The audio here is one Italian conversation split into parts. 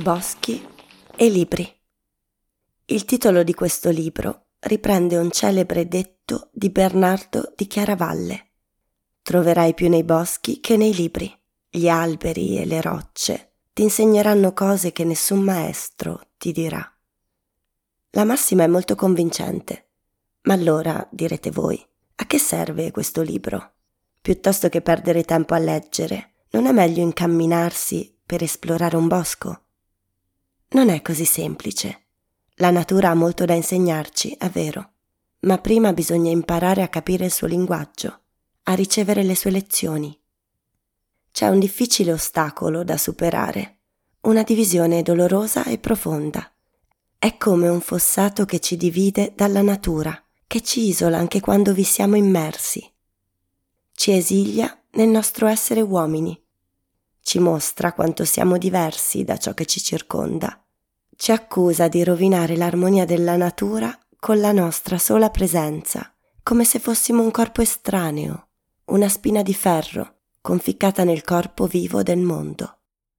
boschi e libri. Il titolo di questo libro riprende un celebre detto di Bernardo di Chiaravalle: troverai più nei boschi che nei libri. Gli alberi e le rocce ti insegneranno cose che nessun maestro ti dirà. La massima è molto convincente, ma allora, direte voi, a che serve questo libro? Piuttosto che perdere tempo a leggere, non è meglio incamminarsi per esplorare un bosco? Non è così semplice. La natura ha molto da insegnarci, è vero, ma prima bisogna imparare a capire il suo linguaggio, a ricevere le sue lezioni. C'è un difficile ostacolo da superare, una divisione dolorosa e profonda. È come un fossato che ci divide dalla natura, che ci isola anche quando vi siamo immersi. Ci esilia nel nostro essere uomini. Ci mostra quanto siamo diversi da ciò che ci circonda. Ci accusa di rovinare l'armonia della natura con la nostra sola presenza, come se fossimo un corpo estraneo, una spina di ferro conficcata nel corpo vivo del mondo.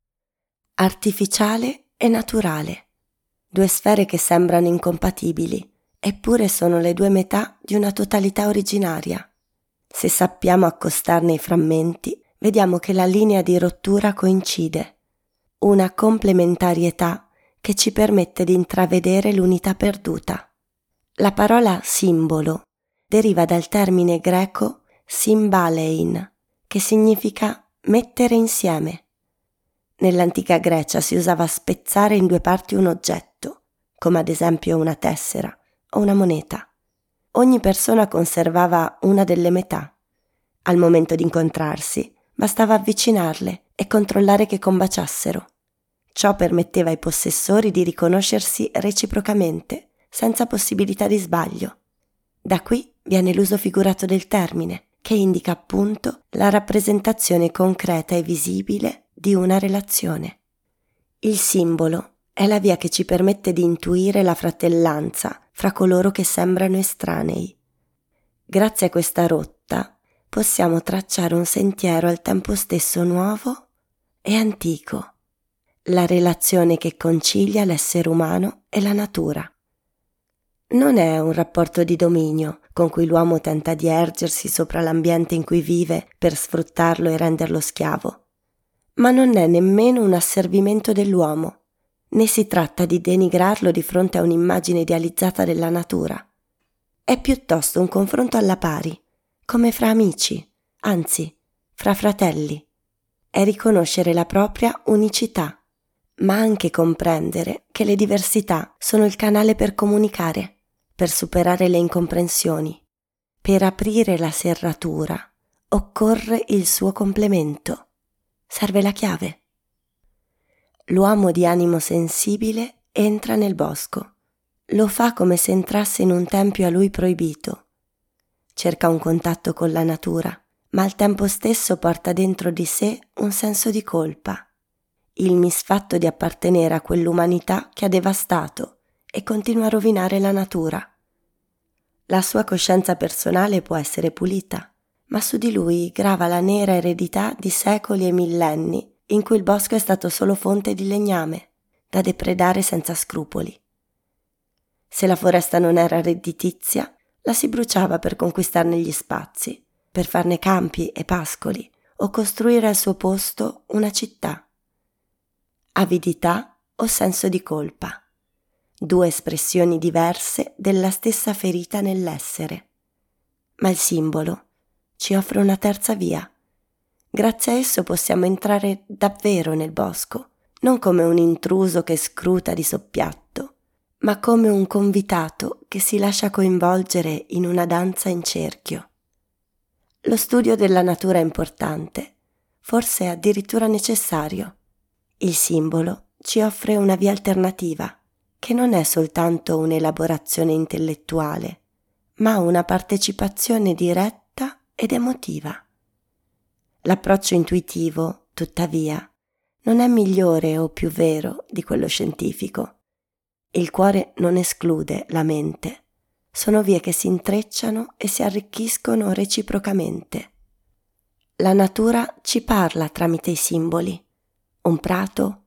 Artificiale e naturale, due sfere che sembrano incompatibili, eppure sono le due metà di una totalità originaria. Se sappiamo accostarne i frammenti, vediamo che la linea di rottura coincide, una complementarietà che ci permette di intravedere l'unità perduta. La parola simbolo deriva dal termine greco symbalein, che significa mettere insieme. Nell'antica Grecia si usava spezzare in due parti un oggetto, come ad esempio una tessera o una moneta. Ogni persona conservava una delle metà. Al momento di incontrarsi, bastava avvicinarle e controllare che combaciassero. Ciò permetteva ai possessori di riconoscersi reciprocamente, senza possibilità di sbaglio. Da qui viene l'uso figurato del termine, che indica appunto la rappresentazione concreta e visibile di una relazione. Il simbolo è la via che ci permette di intuire la fratellanza fra coloro che sembrano estranei. Grazie a questa rotta possiamo tracciare un sentiero al tempo stesso nuovo e antico, la relazione che concilia l'essere umano e la natura. Non è un rapporto di dominio con cui l'uomo tenta di ergersi sopra l'ambiente in cui vive per sfruttarlo e renderlo schiavo, ma non è nemmeno un asservimento dell'uomo, né si tratta di denigrarlo di fronte a un'immagine idealizzata della natura. È piuttosto un confronto alla pari, come fra amici, anzi, fra fratelli. È riconoscere la propria unicità, ma anche comprendere che le diversità sono il canale per comunicare, per superare le incomprensioni. Per aprire la serratura occorre il suo complemento. Serve la chiave. L'uomo di animo sensibile entra nel bosco. Lo fa come se entrasse in un tempio a lui proibito. Cerca un contatto con la natura, ma al tempo stesso porta dentro di sé un senso di colpa, il misfatto di appartenere a quell'umanità che ha devastato e continua a rovinare la natura. La sua coscienza personale può essere pulita, ma su di lui grava la nera eredità di secoli e millenni in cui il bosco è stato solo fonte di legname, da depredare senza scrupoli. Se la foresta non era redditizia, la si bruciava per conquistarne gli spazi, per farne campi e pascoli o costruire al suo posto una città. Avidità o senso di colpa. Due espressioni diverse della stessa ferita nell'essere. Ma il simbolo ci offre una terza via. Grazie a esso possiamo entrare davvero nel bosco, non come un intruso che scruta di soppiatto, ma come un convitato che si lascia coinvolgere in una danza in cerchio. Lo studio della natura è importante, forse addirittura necessario. Il simbolo ci offre una via alternativa, che non è soltanto un'elaborazione intellettuale, ma una partecipazione diretta ed emotiva. L'approccio intuitivo, tuttavia, non è migliore o più vero di quello scientifico. Il cuore non esclude la mente. Sono vie che si intrecciano e si arricchiscono reciprocamente. La natura ci parla tramite i simboli. Un prato,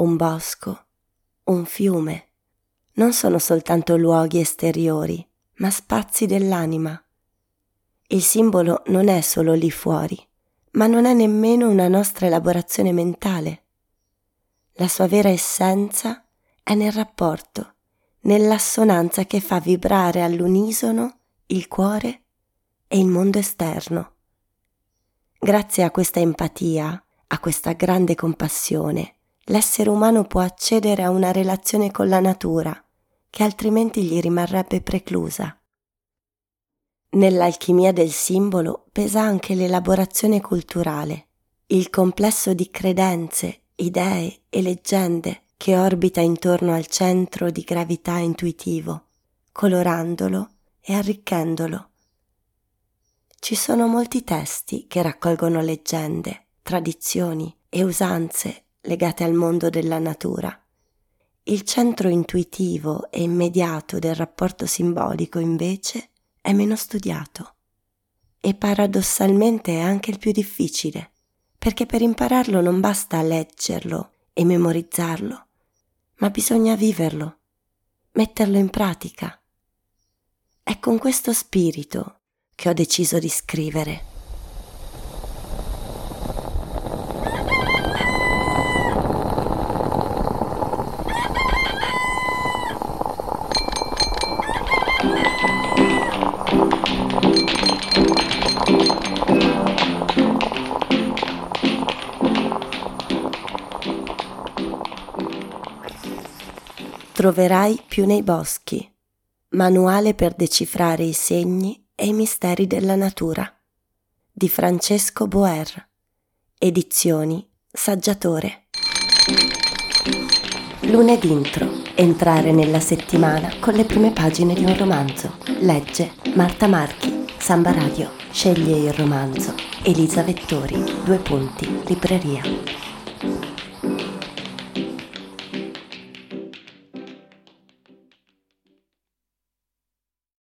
un bosco, un fiume, non sono soltanto luoghi esteriori, ma spazi dell'anima. Il simbolo non è solo lì fuori, ma non è nemmeno una nostra elaborazione mentale. La sua vera essenza è nel rapporto, nell'assonanza che fa vibrare all'unisono il cuore e il mondo esterno. Grazie a questa empatia, a questa grande compassione, l'essere umano può accedere a una relazione con la natura che altrimenti gli rimarrebbe preclusa. Nell'alchimia del simbolo pesa anche l'elaborazione culturale, il complesso di credenze, idee e leggende che orbita intorno al centro di gravità intuitivo, colorandolo e arricchendolo. Ci sono molti testi che raccolgono leggende, tradizioni e usanze legate al mondo della natura. Il centro intuitivo e immediato del rapporto simbolico, invece, è meno studiato e paradossalmente è anche il più difficile, perché per impararlo non basta leggerlo e memorizzarlo, ma bisogna viverlo, metterlo in pratica. È con questo spirito che ho deciso di scrivere. Troverai più nei boschi. Manuale per decifrare i segni e i misteri della natura. Di Francesco Boer. Edizioni Saggiatore. Lunedì intro. Entrare nella settimana con le prime pagine di un romanzo. Legge Marta Marchi. Samba Radio. Sceglie il romanzo. Elisa Vettori. Libreria.